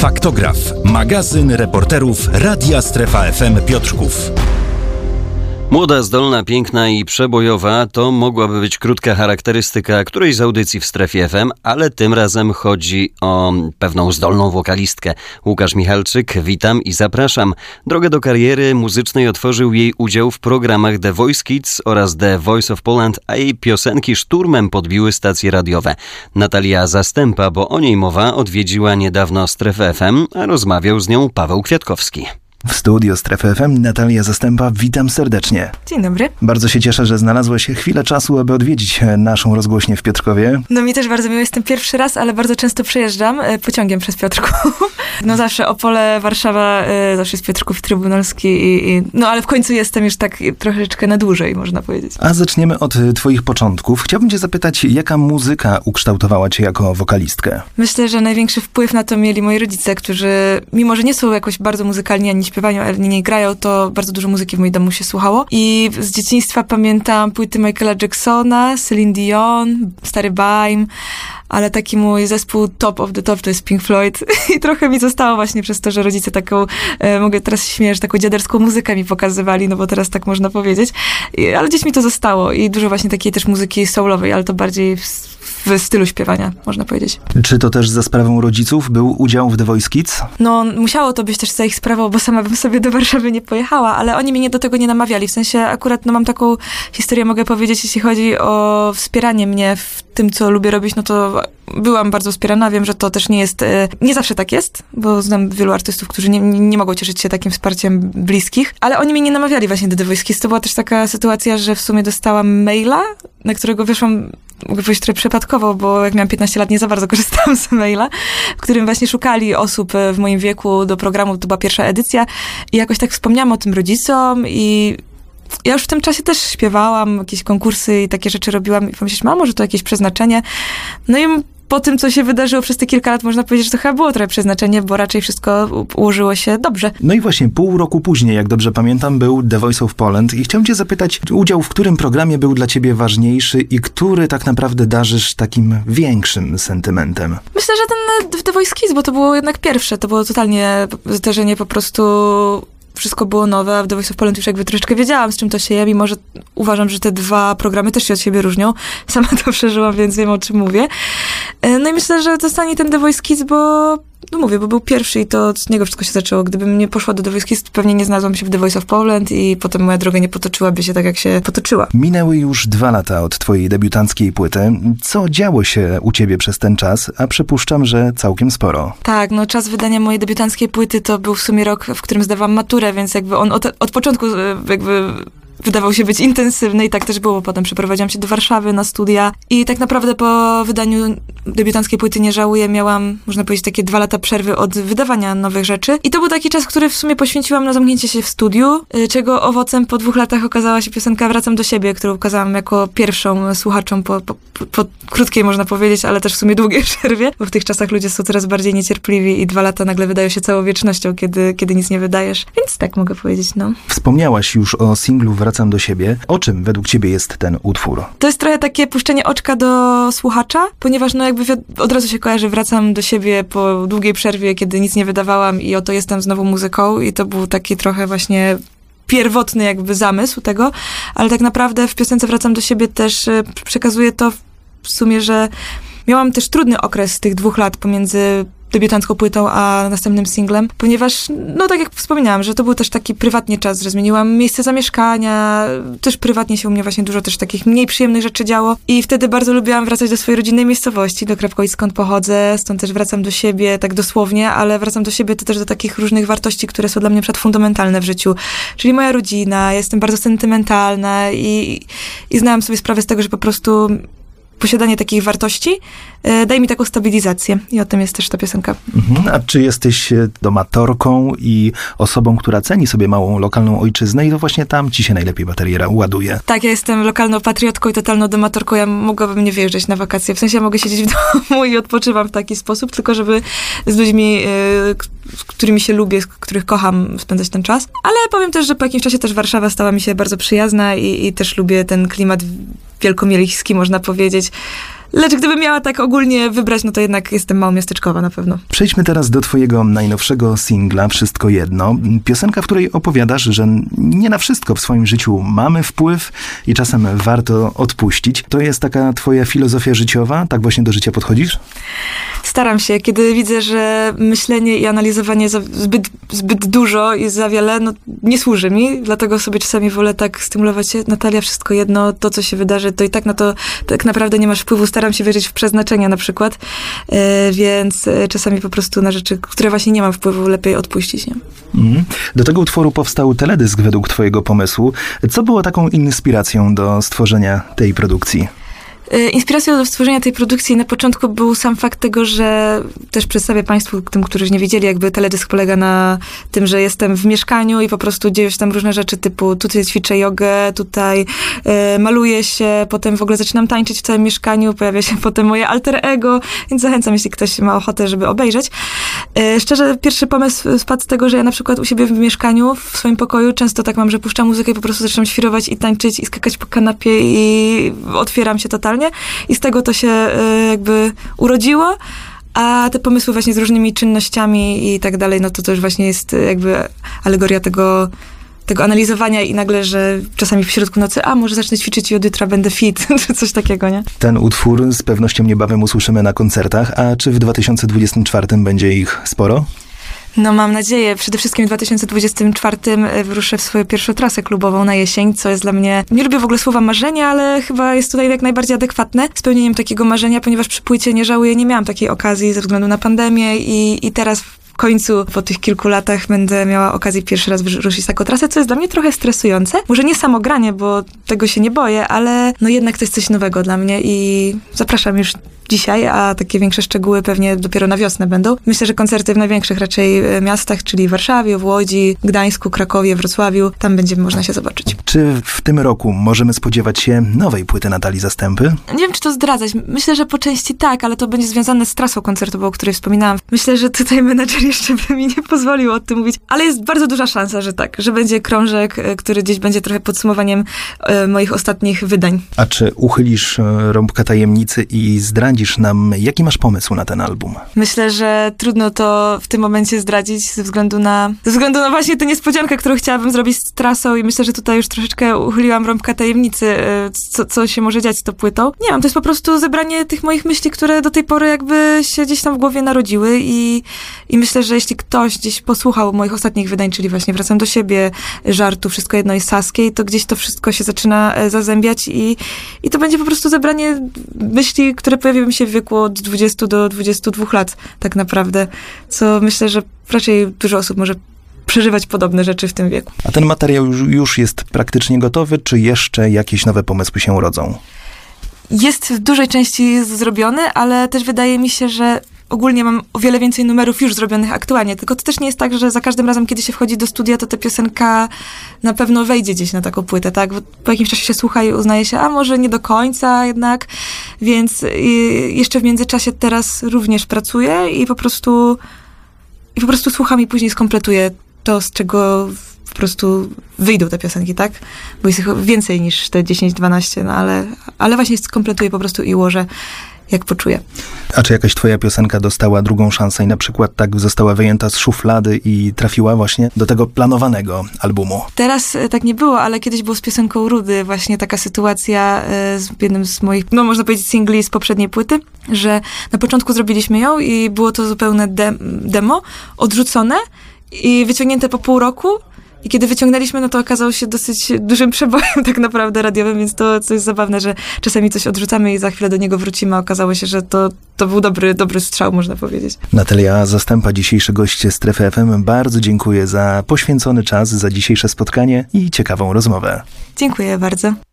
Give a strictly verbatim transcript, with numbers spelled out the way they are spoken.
Faktograf, magazyn reporterów Radia Strefa F M Piotrków. Młoda, zdolna, piękna i przebojowa to mogłaby być krótka charakterystyka którejś z audycji w Strefie F M, ale tym razem chodzi o pewną zdolną wokalistkę. Łukasz Michalczyk, witam i zapraszam. Drogę do kariery muzycznej otworzył jej udział w programach The Voice Kids oraz The Voice of Poland, a jej piosenki szturmem podbiły stacje radiowe. Natalia Zastępa, bo o niej mowa, odwiedziła niedawno Strefę F M, a rozmawiał z nią Paweł Kwiatkowski. W studio Strefy F M Natalia Zastępa, witam serdecznie. Dzień dobry. Bardzo się cieszę, że znalazłaś chwilę czasu, aby odwiedzić naszą rozgłośnię w Piotrkowie. No mi też bardzo miło, jestem pierwszy raz, ale bardzo często przejeżdżam pociągiem przez Piotrków. No zawsze Opole, Warszawa, zawsze jest Piotrków Trybunalski i, i no ale w końcu jestem już tak troszeczkę na dłużej, można powiedzieć. A zaczniemy od twoich początków. Chciałbym cię zapytać, jaka muzyka ukształtowała cię jako wokalistkę? Myślę, że największy wpływ na to mieli moi rodzice, którzy, mimo że nie są jakoś bardzo muzykalni ani śpiewają, ale nie grają, to bardzo dużo muzyki w moim domu się słuchało. I z dzieciństwa pamiętam płyty Michaela Jacksona, Celine Dion, Stary Baim, ale taki mój zespół top of the top to jest Pink Floyd. I trochę mi zostało właśnie przez to, że rodzice taką, e, mogę teraz się śmiać, że taką dziaderską muzykę mi pokazywali, no bo teraz tak można powiedzieć. I, ale gdzieś mi to zostało i dużo właśnie takiej też muzyki soulowej, ale to bardziej w, w stylu śpiewania, można powiedzieć. Czy to też za sprawą rodziców był udział w The Voice Kids? No, musiało to być też za ich sprawą, bo sama bym sobie do Warszawy nie pojechała, ale oni mnie do tego nie namawiali. W sensie akurat, no mam taką historię, mogę powiedzieć, jeśli chodzi o wspieranie mnie w tym, co lubię robić, no to byłam bardzo wspierana. Wiem, że to też nie jest, nie zawsze tak jest, bo znam wielu artystów, którzy nie, nie mogą cieszyć się takim wsparciem bliskich, ale oni mnie nie namawiali właśnie do The Voice Kids. To była też taka sytuacja, że w sumie dostałam maila, na którego wyszłam, mogę powiedzieć, trochę przypadkowo, bo jak miałam piętnaście lat, nie za bardzo korzystałam z maila, w którym właśnie szukali osób w moim wieku do programu, to była pierwsza edycja i jakoś tak wspomniałam o tym rodzicom i ja już w tym czasie też śpiewałam, jakieś konkursy i takie rzeczy robiłam i pomyślałam, a może to jakieś przeznaczenie. No i po tym, co się wydarzyło przez te kilka lat, można powiedzieć, że to chyba było trochę przeznaczenie, bo raczej wszystko ułożyło się dobrze. No i właśnie pół roku później, jak dobrze pamiętam, był The Voice of Poland i chciałem cię zapytać, udział w którym programie był dla ciebie ważniejszy i który tak naprawdę darzysz takim większym sentymentem? Myślę, że ten The Voice Kids, bo to było jednak pierwsze, to było totalnie zderzenie po prostu... Wszystko było nowe, a w The Voice of Poland już jakby troszeczkę wiedziałam, z czym to się je, mimo że uważam, że te dwa programy też się od siebie różnią. Sama to przeżyłam, więc wiem, o czym mówię. No i myślę, że zostanie ten The Voice Kids, bo no mówię, bo był pierwszy i to od niego wszystko się zaczęło. Gdybym nie poszła do The Voice Kids, to pewnie nie znalazłam się w The Voice of Poland i potem moja droga nie potoczyłaby się tak, jak się potoczyła. Minęły już dwa lata od twojej debiutanckiej płyty. Co działo się u ciebie przez ten czas? A przypuszczam, że całkiem sporo. Tak, no czas wydania mojej debiutanckiej płyty to był w sumie rok, w którym zdawałam maturę, więc jakby on od, od początku jakby... wydawał się być intensywny i tak też było. Potem przeprowadziłam się do Warszawy na studia i tak naprawdę po wydaniu debiutanckiej płyty nie żałuję. Miałam, można powiedzieć, takie dwa lata przerwy od wydawania nowych rzeczy. I to był taki czas, który w sumie poświęciłam na zamknięcie się w studiu, czego owocem po dwóch latach okazała się piosenka Wracam do siebie, którą ukazałam jako pierwszą słuchaczom po, po, po krótkiej, można powiedzieć, ale też w sumie długiej przerwie, bo w tych czasach ludzie są coraz bardziej niecierpliwi i dwa lata nagle wydają się całą wiecznością, kiedy, kiedy nic nie wydajesz. Więc tak mogę powiedzieć, no. Wspomniałaś już o singlu Wracam do siebie. O czym według ciebie jest ten utwór? To jest trochę takie puszczenie oczka do słuchacza, ponieważ no jakby od razu się kojarzy, wracam do siebie po długiej przerwie, kiedy nic nie wydawałam i oto jestem znowu muzyką i to był taki trochę właśnie pierwotny jakby zamysł tego, ale tak naprawdę w piosence Wracam do siebie też przekazuję to w sumie, że miałam też trudny okres tych dwóch lat pomiędzy debiutancką płytą, a następnym singlem, ponieważ, no tak jak wspominałam, że to był też taki prywatnie czas, że zmieniłam miejsce zamieszkania, też prywatnie się u mnie właśnie dużo też takich mniej przyjemnych rzeczy działo i wtedy bardzo lubiłam wracać do swojej rodzinnej miejscowości, do Krapkowic, skąd pochodzę, stąd też wracam do siebie, tak dosłownie, ale wracam do siebie to też do takich różnych wartości, które są dla mnie przed fundamentalne w życiu, czyli moja rodzina, jestem bardzo sentymentalna i, i zdałam sobie sprawę z tego, że po prostu posiadanie takich wartości e, daje mi taką stabilizację i o tym jest też ta piosenka. Mhm. A czy jesteś domatorką i osobą, która ceni sobie małą lokalną ojczyznę i to właśnie tam ci się najlepiej bateria ładuje? Tak, ja jestem lokalną patriotką i totalną domatorką. Ja mogłabym nie wyjeżdżać na wakacje. W sensie ja mogę siedzieć w domu i odpoczywam w taki sposób, tylko żeby z ludźmi, e, z którymi się lubię, z których kocham, spędzać ten czas. Ale powiem też, że po jakimś czasie też Warszawa stała mi się bardzo przyjazna i, i też lubię ten klimat wielkomiejski, można powiedzieć. Lecz gdybym miała tak ogólnie wybrać, no to jednak jestem małomiasteczkowa na pewno. Przejdźmy teraz do twojego najnowszego singla Wszystko jedno. Piosenka, w której opowiadasz, że nie na wszystko w swoim życiu mamy wpływ i czasem warto odpuścić. To jest taka twoja filozofia życiowa? Tak właśnie do życia podchodzisz? Staram się, kiedy widzę, że myślenie i analizowanie za zbyt, zbyt dużo i za wiele, no nie służy mi, dlatego sobie czasami wolę tak stymulować się. Natalia, wszystko jedno, to co się wydarzy, to i tak na to tak naprawdę nie masz wpływu. Staram się wierzyć w przeznaczenia na przykład, yy, więc yy, czasami po prostu na rzeczy, które właśnie nie mam wpływu, lepiej odpuścić, nie? Mm. Do tego utworu powstał teledysk według twojego pomysłu. Co było taką inspiracją do stworzenia tej produkcji? Inspiracją do stworzenia tej produkcji na początku był sam fakt tego, że też przedstawię Państwu, tym, którzy nie wiedzieli, jakby teledysk polega na tym, że jestem w mieszkaniu i po prostu dzieją się tam różne rzeczy, typu tutaj ćwiczę jogę, tutaj y, maluję się, potem w ogóle zaczynam tańczyć w całym mieszkaniu, pojawia się potem moje alter ego, więc zachęcam, jeśli ktoś ma ochotę, żeby obejrzeć. Y, szczerze, pierwszy pomysł spadł z tego, że ja na przykład u siebie w mieszkaniu, w swoim pokoju, często tak mam, że puszczam muzykę i po prostu zaczynam świrować i tańczyć i skakać po kanapie i otwieram się totalnie. I z tego to się y, jakby urodziło, a te pomysły właśnie z różnymi czynnościami i tak dalej, no to to już właśnie jest jakby alegoria tego, tego analizowania i nagle, że czasami w środku nocy, a może zacznę ćwiczyć i od jutra będę fit, czy coś takiego, nie? Ten utwór z pewnością niebawem usłyszymy na koncertach, a czy w dwa tysiące dwudziestym czwartym będzie ich sporo? No mam nadzieję. Przede wszystkim w dwa tysiące dwudziestym czwartym wyruszę w swoją pierwszą trasę klubową na jesień, co jest dla mnie... Nie lubię w ogóle słowa marzenia, ale chyba jest tutaj jak najbardziej adekwatne spełnieniem takiego marzenia, ponieważ przy płycie nie żałuję, nie miałam takiej okazji ze względu na pandemię i, i teraz w końcu po tych kilku latach będę miała okazję pierwszy raz wyruszyć taką trasę, co jest dla mnie trochę stresujące. Może nie samo granie, bo tego się nie boję, ale no jednak to jest coś nowego dla mnie i zapraszam już dzisiaj, a takie większe szczegóły pewnie dopiero na wiosnę będą. Myślę, że koncerty w największych raczej miastach, czyli w Warszawie, w Łodzi, Gdańsku, Krakowie, Wrocławiu, tam będzie można się zobaczyć. Czy w tym roku możemy spodziewać się nowej płyty Natalii Zastępy? Nie wiem, czy to zdradzać. Myślę, że po części tak, ale to będzie związane z trasą koncertową, o której wspominałam. Myślę, że tutaj menadżer jeszcze by mi nie pozwolił o tym mówić, ale jest bardzo duża szansa, że tak, że będzie krążek, który gdzieś będzie trochę podsumowaniem e, moich ostatnich wydań. A czy uchylisz e, rąbka tajemnicy i zdradzisz nam, jaki masz pomysł na ten album? Myślę, że trudno to w tym momencie zdradzić ze względu na, ze względu na właśnie tę niespodziankę, którą chciałabym zrobić z trasą i myślę, że tutaj już troszeczkę uchyliłam rąbka tajemnicy, co, co się może dziać z tą płytą. Nie wiem, to jest po prostu zebranie tych moich myśli, które do tej pory jakby się gdzieś tam w głowie narodziły i, i myślę, że jeśli ktoś gdzieś posłuchał moich ostatnich wydań, czyli właśnie Wracam do siebie, Żartu, Wszystko jedno i Saskiej, to gdzieś to wszystko się zaczyna zazębiać i, i to będzie po prostu zebranie myśli, które pojawiły mi się w wieku od dwudziestu do dwudziestu dwóch lat tak naprawdę, co myślę, że raczej dużo osób może przeżywać podobne rzeczy w tym wieku. A ten materiał już, już jest praktycznie gotowy, czy jeszcze jakieś nowe pomysły się rodzą? Jest w dużej części zrobiony, ale też wydaje mi się, że ogólnie mam o wiele więcej numerów już zrobionych aktualnie, tylko to też nie jest tak, że za każdym razem, kiedy się wchodzi do studia, to ta piosenka na pewno wejdzie gdzieś na taką płytę, tak? Bo po jakimś czasie się słucha i uznaje się, a może nie do końca jednak, więc jeszcze w międzyczasie teraz również pracuję i po prostu i po prostu słucham i później skompletuję to, z czego po prostu wyjdą te piosenki, tak? Bo jest ich więcej niż te dziesięć dwanaście, no ale, ale właśnie skompletuję po prostu i ułożę, jak poczuję. A czy jakaś twoja piosenka dostała drugą szansę i na przykład tak została wyjęta z szuflady i trafiła właśnie do tego planowanego albumu? Teraz tak nie było, ale kiedyś było z piosenką Rudy właśnie taka sytuacja z jednym z moich, no można powiedzieć, singli z poprzedniej płyty, że na początku zrobiliśmy ją i było to zupełne de- demo, odrzucone i wyciągnięte po pół roku. I kiedy wyciągnęliśmy, no to okazało się dosyć dużym przebojem tak naprawdę radiowym, więc to, to jest zabawne, że czasami coś odrzucamy i za chwilę do niego wrócimy, a okazało się, że to, to był dobry, dobry strzał, można powiedzieć. Natalia Zastępa, dzisiejszy gość Strefy F M. Bardzo dziękuję za poświęcony czas, za dzisiejsze spotkanie i ciekawą rozmowę. Dziękuję bardzo.